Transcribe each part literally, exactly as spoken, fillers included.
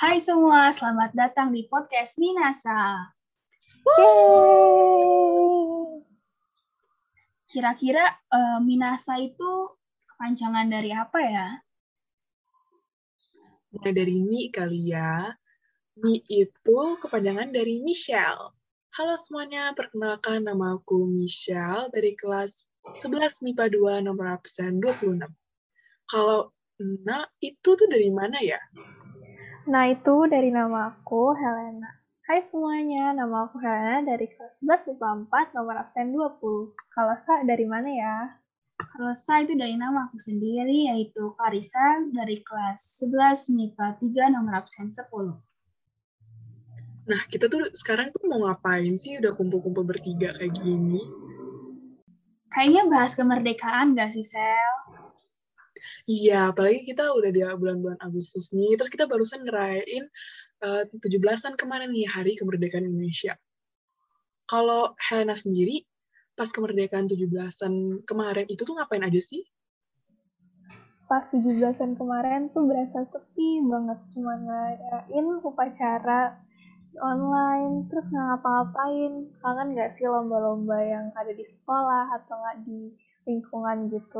Hai semua, selamat datang di podcast Minasa. Yeay! Kira-kira uh, Minasa itu kepanjangan dari apa ya? Mulai dari Mi kali ya. Mi itu kepanjangan dari Michelle. Halo semuanya, perkenalkan nama aku Michelle dari kelas sebelas M I P A dua nomor absen dua puluh enam. Kalau Na itu tuh dari mana ya? Nah, itu dari nama aku, Helena. Hai semuanya, nama aku Helena dari kelas sebelas M I P A empat nomor absen dua puluh. Kalau Sa, dari mana ya? Kalau Sa itu dari nama aku sendiri, yaitu Karisa dari kelas sebelas M I P A tiga nomor absen sepuluh. Nah, kita tuh sekarang tuh mau ngapain sih udah kumpul-kumpul bertiga kayak gini? Kayaknya bahas kemerdekaan gak sih, Sel? Iya, apalagi kita udah di bulan-bulan Agustus nih, terus kita barusan ngerayain uh, tujuh belasan kemarin nih, Hari Kemerdekaan Indonesia. Kalau Helena sendiri, pas kemerdekaan tujuh belasan kemarin itu tuh ngapain aja sih? Pas tujuh belasan kemarin tuh berasa sepi banget, cuma ngerayain upacara online, terus nggak ngapa-ngapain. Kangen nggak sih lomba-lomba yang ada di sekolah atau nggak di lingkungan gitu?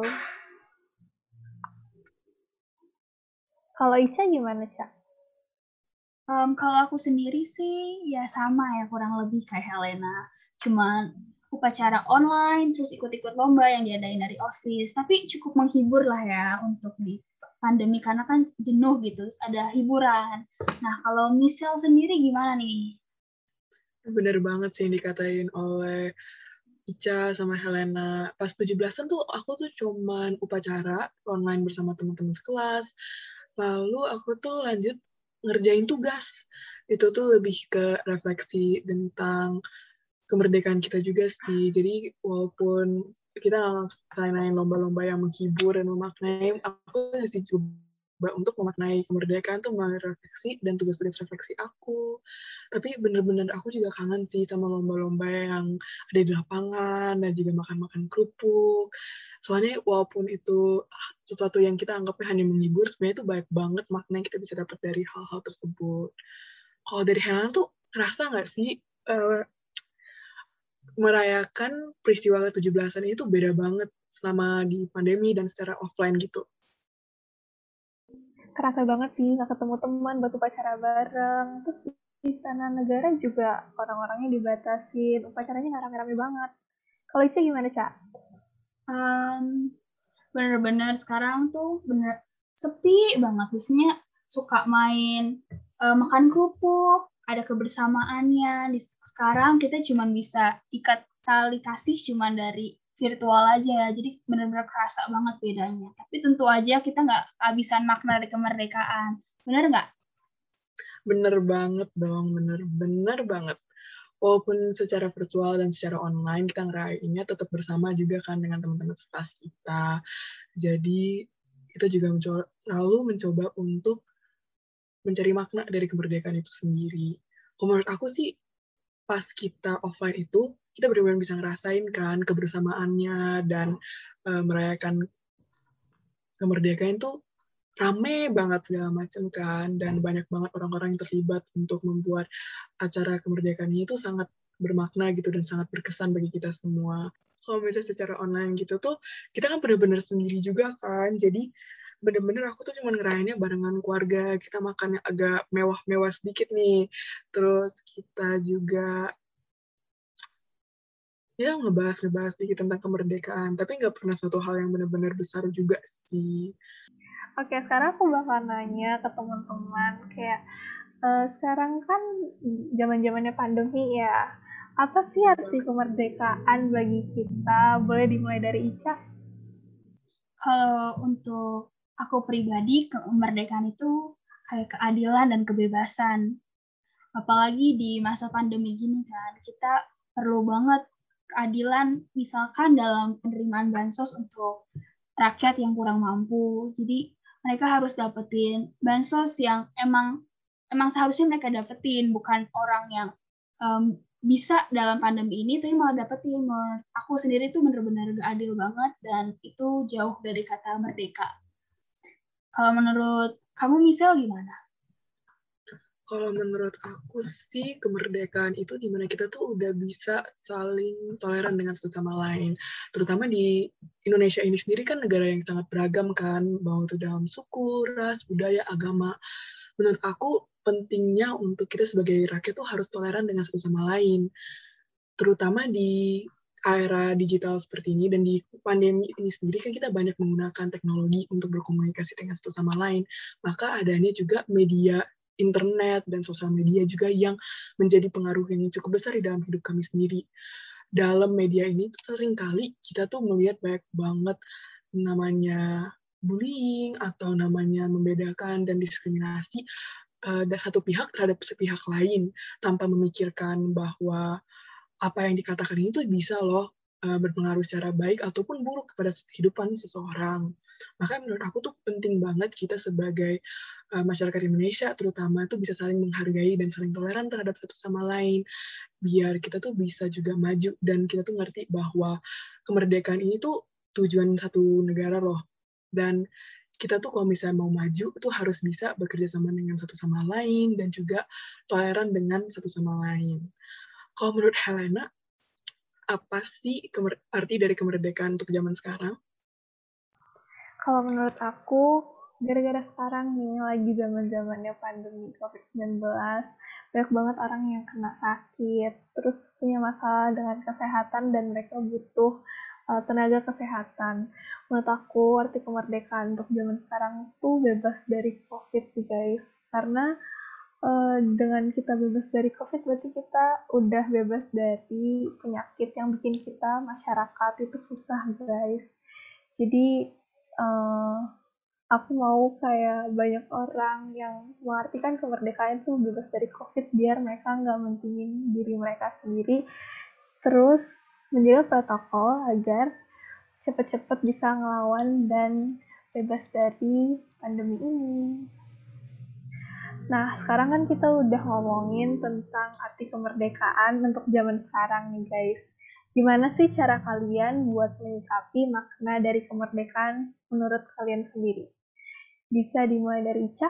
Kalau Ica gimana, Ca? Um, kalau aku sendiri sih, ya sama ya, kurang lebih kayak Helena. Cuman upacara online, terus ikut-ikut lomba yang diadain dari OSIS. Tapi cukup menghibur lah ya untuk di pandemi, karena kan jenuh gitu, ada hiburan. Nah, kalau Michelle sendiri gimana nih? Bener banget sih yang dikatain oleh Ica sama Helena. Pas tujuh belasan tuh aku tuh cuman upacara online bersama teman-teman sekelas. Lalu aku tuh lanjut ngerjain tugas. Itu tuh lebih ke refleksi tentang kemerdekaan kita juga sih. Jadi walaupun kita nggak ngelaksanain lomba-lomba yang menghibur dan memaknai, aku masih coba untuk memaknai kemerdekaan tuh melalui refleksi dan tugas-tugas refleksi aku. Tapi bener-bener aku juga kangen sih sama lomba-lomba yang ada di lapangan dan juga makan-makan kerupuk. Soalnya walaupun itu sesuatu yang kita anggapnya hanya menghibur, sebenarnya itu banyak banget makna yang kita bisa dapat dari hal-hal tersebut. Kalau dari Helena tuh ngerasa nggak sih uh, merayakan peristiwa ke tujuh belasan itu beda banget selama di pandemi dan secara offline gitu? Kerasa banget sih nggak ketemu teman buat upacara bareng. Terus di istana negara juga orang-orangnya dibatasin, upacaranya nggak rame-rame banget. Kalau Ica gimana, Ca? Um, bener-bener sekarang tuh bener sepi banget. Biasanya suka main uh, makan kerupuk, ada kebersamaannya. Di sekarang kita cuma bisa ikat tali kasih cuma dari virtual aja, jadi benar-benar kerasa banget bedanya. Tapi tentu aja kita nggak kehabisan makna dari kemerdekaan, bener nggak? Bener banget dong, bener-bener banget. Walaupun secara virtual dan secara online kita ngerayainnya tetap bersama juga kan dengan teman-teman sekelas kita. Jadi kita juga mencoba, lalu mencoba untuk mencari makna dari kemerdekaan itu sendiri. Kalau menurut aku sih pas kita offline itu kita benar-benar bisa ngerasain kan kebersamaannya dan uh, merayakan kemerdekaan itu rame banget segala macam kan, dan banyak banget orang-orang yang terlibat untuk membuat acara kemerdekaan ini itu sangat bermakna gitu dan sangat berkesan bagi kita semua. Kalau misalnya secara online gitu tuh kita kan benar-benar sendiri juga kan, jadi bener-bener aku tuh cuma ngerayainnya barengan keluarga, kita makannya agak mewah-mewah sedikit nih, terus kita juga ya ngebahas-ngebahas sedikit tentang kemerdekaan, tapi nggak pernah suatu hal yang benar-benar besar juga sih. Oke, sekarang aku bakal nanya ke teman-teman kayak uh, sekarang kan zaman-zamannya pandemi ya. Apa sih arti kemerdekaan bagi kita? Boleh dimulai dari Ica? Kalau untuk aku pribadi, kemerdekaan itu kayak keadilan dan kebebasan. Apalagi di masa pandemi gini kan, kita perlu banget keadilan, misalkan dalam penerimaan bansos untuk rakyat yang kurang mampu. Jadi mereka harus dapetin bansos yang emang emang seharusnya mereka dapetin, bukan orang yang um, bisa dalam pandemi ini tapi malah dapetin. Menurut aku sendiri itu benar-benar gak adil banget dan itu jauh dari kata merdeka. Kalau menurut kamu Misal gimana? Kalau menurut aku sih kemerdekaan itu dimana kita tuh udah bisa saling toleran dengan satu sama lain. Terutama di Indonesia ini sendiri kan negara yang sangat beragam kan, bahwa itu dalam suku, ras, budaya, agama. Menurut aku pentingnya untuk kita sebagai rakyat tuh harus toleran dengan satu sama lain. Terutama di era digital seperti ini dan di pandemi ini sendiri kan kita banyak menggunakan teknologi untuk berkomunikasi dengan satu sama lain. Maka adanya juga media internet dan sosial media juga yang menjadi pengaruh yang cukup besar di dalam hidup kami sendiri. Dalam media ini seringkali kita tuh melihat banyak banget namanya bullying atau namanya membedakan dan diskriminasi uh, satu pihak terhadap sepihak lain tanpa memikirkan bahwa apa yang dikatakan ini tuh bisa loh uh, berpengaruh secara baik ataupun buruk kepada kehidupan seseorang. Maka menurut aku tuh penting banget kita sebagai uh, masyarakat Indonesia terutama tuh bisa saling menghargai dan saling toleran terhadap satu sama lain, biar kita tuh bisa juga maju dan kita tuh ngerti bahwa kemerdekaan ini tuh tujuan satu negara loh. Dan kita tuh kalau misalnya mau maju itu harus bisa bekerja sama dengan satu sama lain dan juga toleran dengan satu sama lain. Kalau menurut Helena, apa sih arti dari kemerdekaan untuk zaman sekarang? Kalau menurut aku, gara-gara sekarang nih lagi zaman-zamannya pandemi covid sembilan belas, banyak banget orang yang kena sakit, terus punya masalah dengan kesehatan dan mereka butuh uh, tenaga kesehatan. Menurut aku, arti kemerdekaan untuk zaman sekarang tuh bebas dari COVID, guys. Karena uh, dengan kita bebas dari COVID, berarti kita udah bebas dari penyakit yang bikin kita masyarakat itu susah, guys. Jadi uh, aku mau kayak banyak orang yang mengartikan kemerdekaan itu bebas dari COVID biar mereka nggak mentingin diri mereka sendiri, terus menjaga protokol agar cepat-cepat bisa ngelawan dan bebas dari pandemi ini. Nah, sekarang kan kita udah ngomongin tentang arti kemerdekaan untuk zaman sekarang nih guys. Gimana sih cara kalian buat menyikapi makna dari kemerdekaan menurut kalian sendiri? Bisa dimulai dari Ica?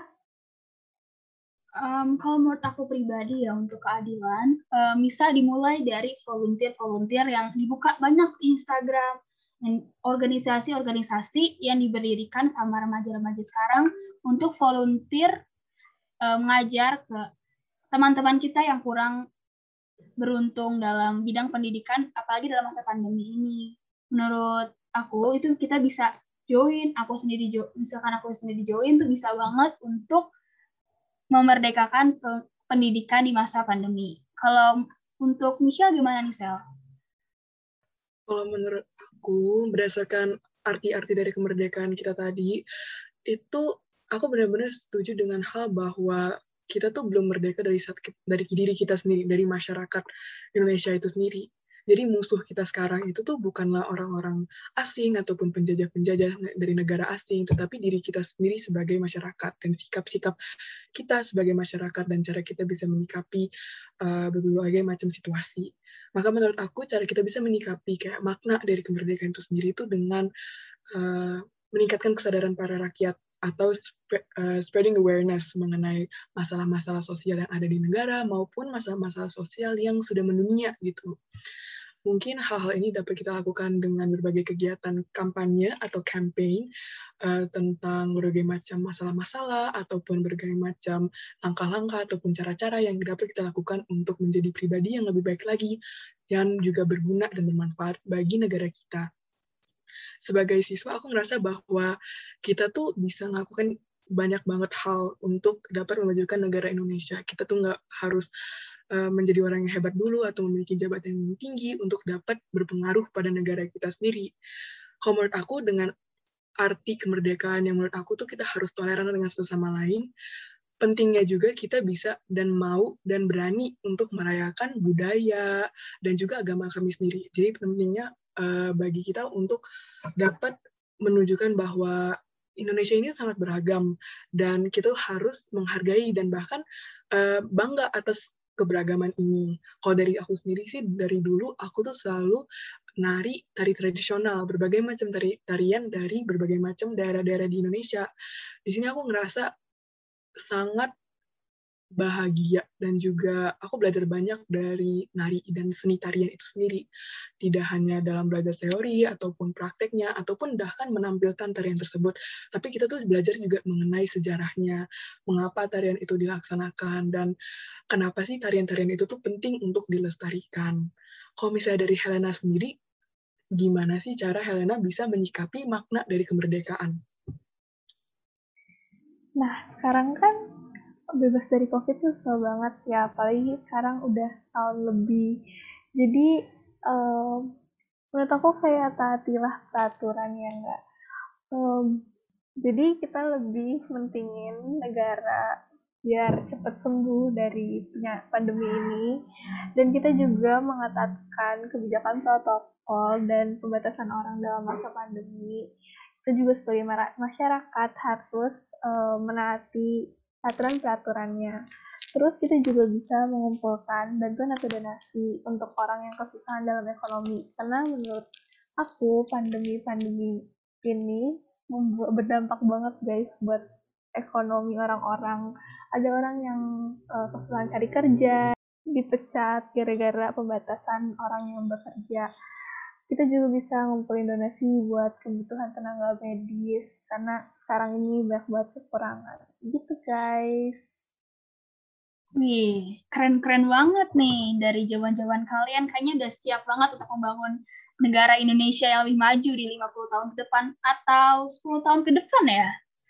Um, kalau menurut aku pribadi ya untuk keadilan, um, bisa dimulai dari volunteer-volunteer yang dibuka banyak di Instagram, organisasi-organisasi yang diberdirikan sama remaja-remaja sekarang untuk volunteer um, mengajar ke teman-teman kita yang kurang beruntung dalam bidang pendidikan, apalagi dalam masa pandemi ini. Menurut aku itu kita bisa join, aku sendiri misalkan aku sendiri join tuh bisa banget untuk memerdekakan pendidikan di masa pandemi. Kalau untuk Michelle gimana nih, Sel? Kalau menurut aku, berdasarkan arti-arti dari kemerdekaan kita tadi, itu aku benar-benar setuju dengan hal bahwa kita tuh belum merdeka dari dari diri kita sendiri, dari masyarakat Indonesia itu sendiri. Jadi musuh kita sekarang itu tuh bukanlah orang-orang asing ataupun penjajah-penjajah dari negara asing, tetapi diri kita sendiri sebagai masyarakat dan sikap-sikap kita sebagai masyarakat dan cara kita bisa menyikapi uh, berbagai macam situasi. Maka menurut aku cara kita bisa menyikapi kayak makna dari kemerdekaan itu sendiri itu dengan uh, meningkatkan kesadaran para rakyat atau sp- uh, spreading awareness mengenai masalah-masalah sosial yang ada di negara maupun masalah-masalah sosial yang sudah mendunia gitu. Mungkin hal-hal ini dapat kita lakukan dengan berbagai kegiatan kampanye atau campaign uh, tentang berbagai macam masalah-masalah ataupun berbagai macam langkah-langkah ataupun cara-cara yang dapat kita lakukan untuk menjadi pribadi yang lebih baik lagi dan juga berguna dan bermanfaat bagi negara kita. Sebagai siswa, aku ngerasa bahwa kita tuh bisa melakukan banyak banget hal untuk dapat memajukan negara Indonesia. Kita tuh nggak harus uh, menjadi orang yang hebat dulu atau memiliki jabatan yang tinggi untuk dapat berpengaruh pada negara kita sendiri. Kalau menurut aku, dengan arti kemerdekaan yang menurut aku tuh kita harus toleran dengan satu sama lain, pentingnya juga kita bisa dan mau dan berani untuk merayakan budaya dan juga agama kami sendiri. Jadi pentingnya uh, bagi kita untuk dapat menunjukkan bahwa Indonesia ini sangat beragam dan kita harus menghargai dan bahkan uh, bangga atas keberagaman ini. Kalau dari aku sendiri sih, dari dulu aku tuh selalu nari tari tradisional, berbagai macam tari tarian dari berbagai macam daerah-daerah di Indonesia. Di sini aku ngerasa sangat bahagia, dan juga aku belajar banyak dari nari dan seni tarian itu sendiri. Tidak hanya dalam belajar teori ataupun prakteknya, ataupun bahkan menampilkan tarian tersebut, tapi kita tuh belajar juga mengenai sejarahnya, mengapa tarian itu dilaksanakan, dan kenapa sih tarian-tarian itu tuh penting untuk dilestarikan. Kalau misalnya dari Helena sendiri, gimana sih cara Helena bisa menyikapi makna dari kemerdekaan? Nah, sekarang kan bebas dari COVID tuh susah banget ya, apalagi sekarang udah setahun lebih. Jadi, um, menurut aku kayak taatilah peraturan ya enggak. Um, jadi kita lebih mentingin negara biar cepat sembuh dari pandemi ini, dan kita juga mengetatkan kebijakan protokol dan pembatasan orang dalam masa pandemi. Kita juga sebagai masyarakat harus uh, menaati aturan-peraturannya. Terus kita juga bisa mengumpulkan bantuan atau donasi untuk orang yang kesusahan dalam ekonomi. Karena menurut aku pandemi-pandemi ini membuat berdampak banget guys buat ekonomi orang-orang. Ada orang yang uh, kesusahan cari kerja, dipecat gara-gara pembatasan orang yang bekerja. Kita juga bisa ngumpulin donasi buat kebutuhan tenaga medis, karena sekarang ini banyak banget kekurangan. Gitu guys. Wih, keren-keren banget nih. Dari jawaban-jawaban kalian kayaknya udah siap banget untuk membangun negara Indonesia yang lebih maju di lima puluh tahun ke depan atau sepuluh tahun ke depan ya.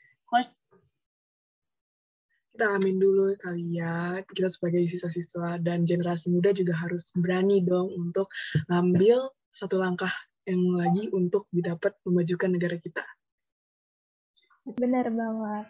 Kita amin dulu kali ya, kita sebagai siswa-siswa dan generasi muda juga harus berani dong untuk ngambil satu langkah yang lagi untuk dapat memajukan negara kita. Benar banget.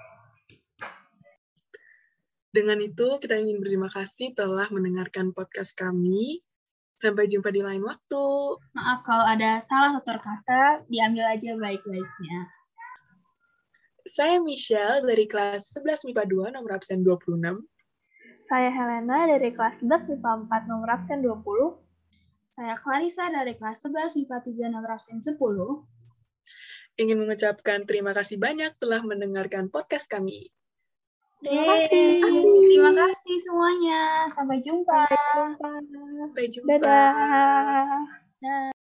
Dengan itu, kita ingin berterima kasih telah mendengarkan podcast kami. Sampai jumpa di lain waktu. Maaf kalau ada salah tutur kata, diambil aja baik-baiknya. Saya Michelle dari kelas sebelas M I P A dua, nomor absen dua puluh enam. Saya Helena dari kelas sebelas M I P A empat, nomor absen dua puluh. Saya Clarissa dari kelas sebelas M I P A tiga, nomor absen sepuluh. Ingin mengucapkan terima kasih banyak telah mendengarkan podcast kami. Terima kasih. Terima kasih semuanya. Sampai jumpa. Sampai jumpa. Sampai jumpa. Dadah. Dadah.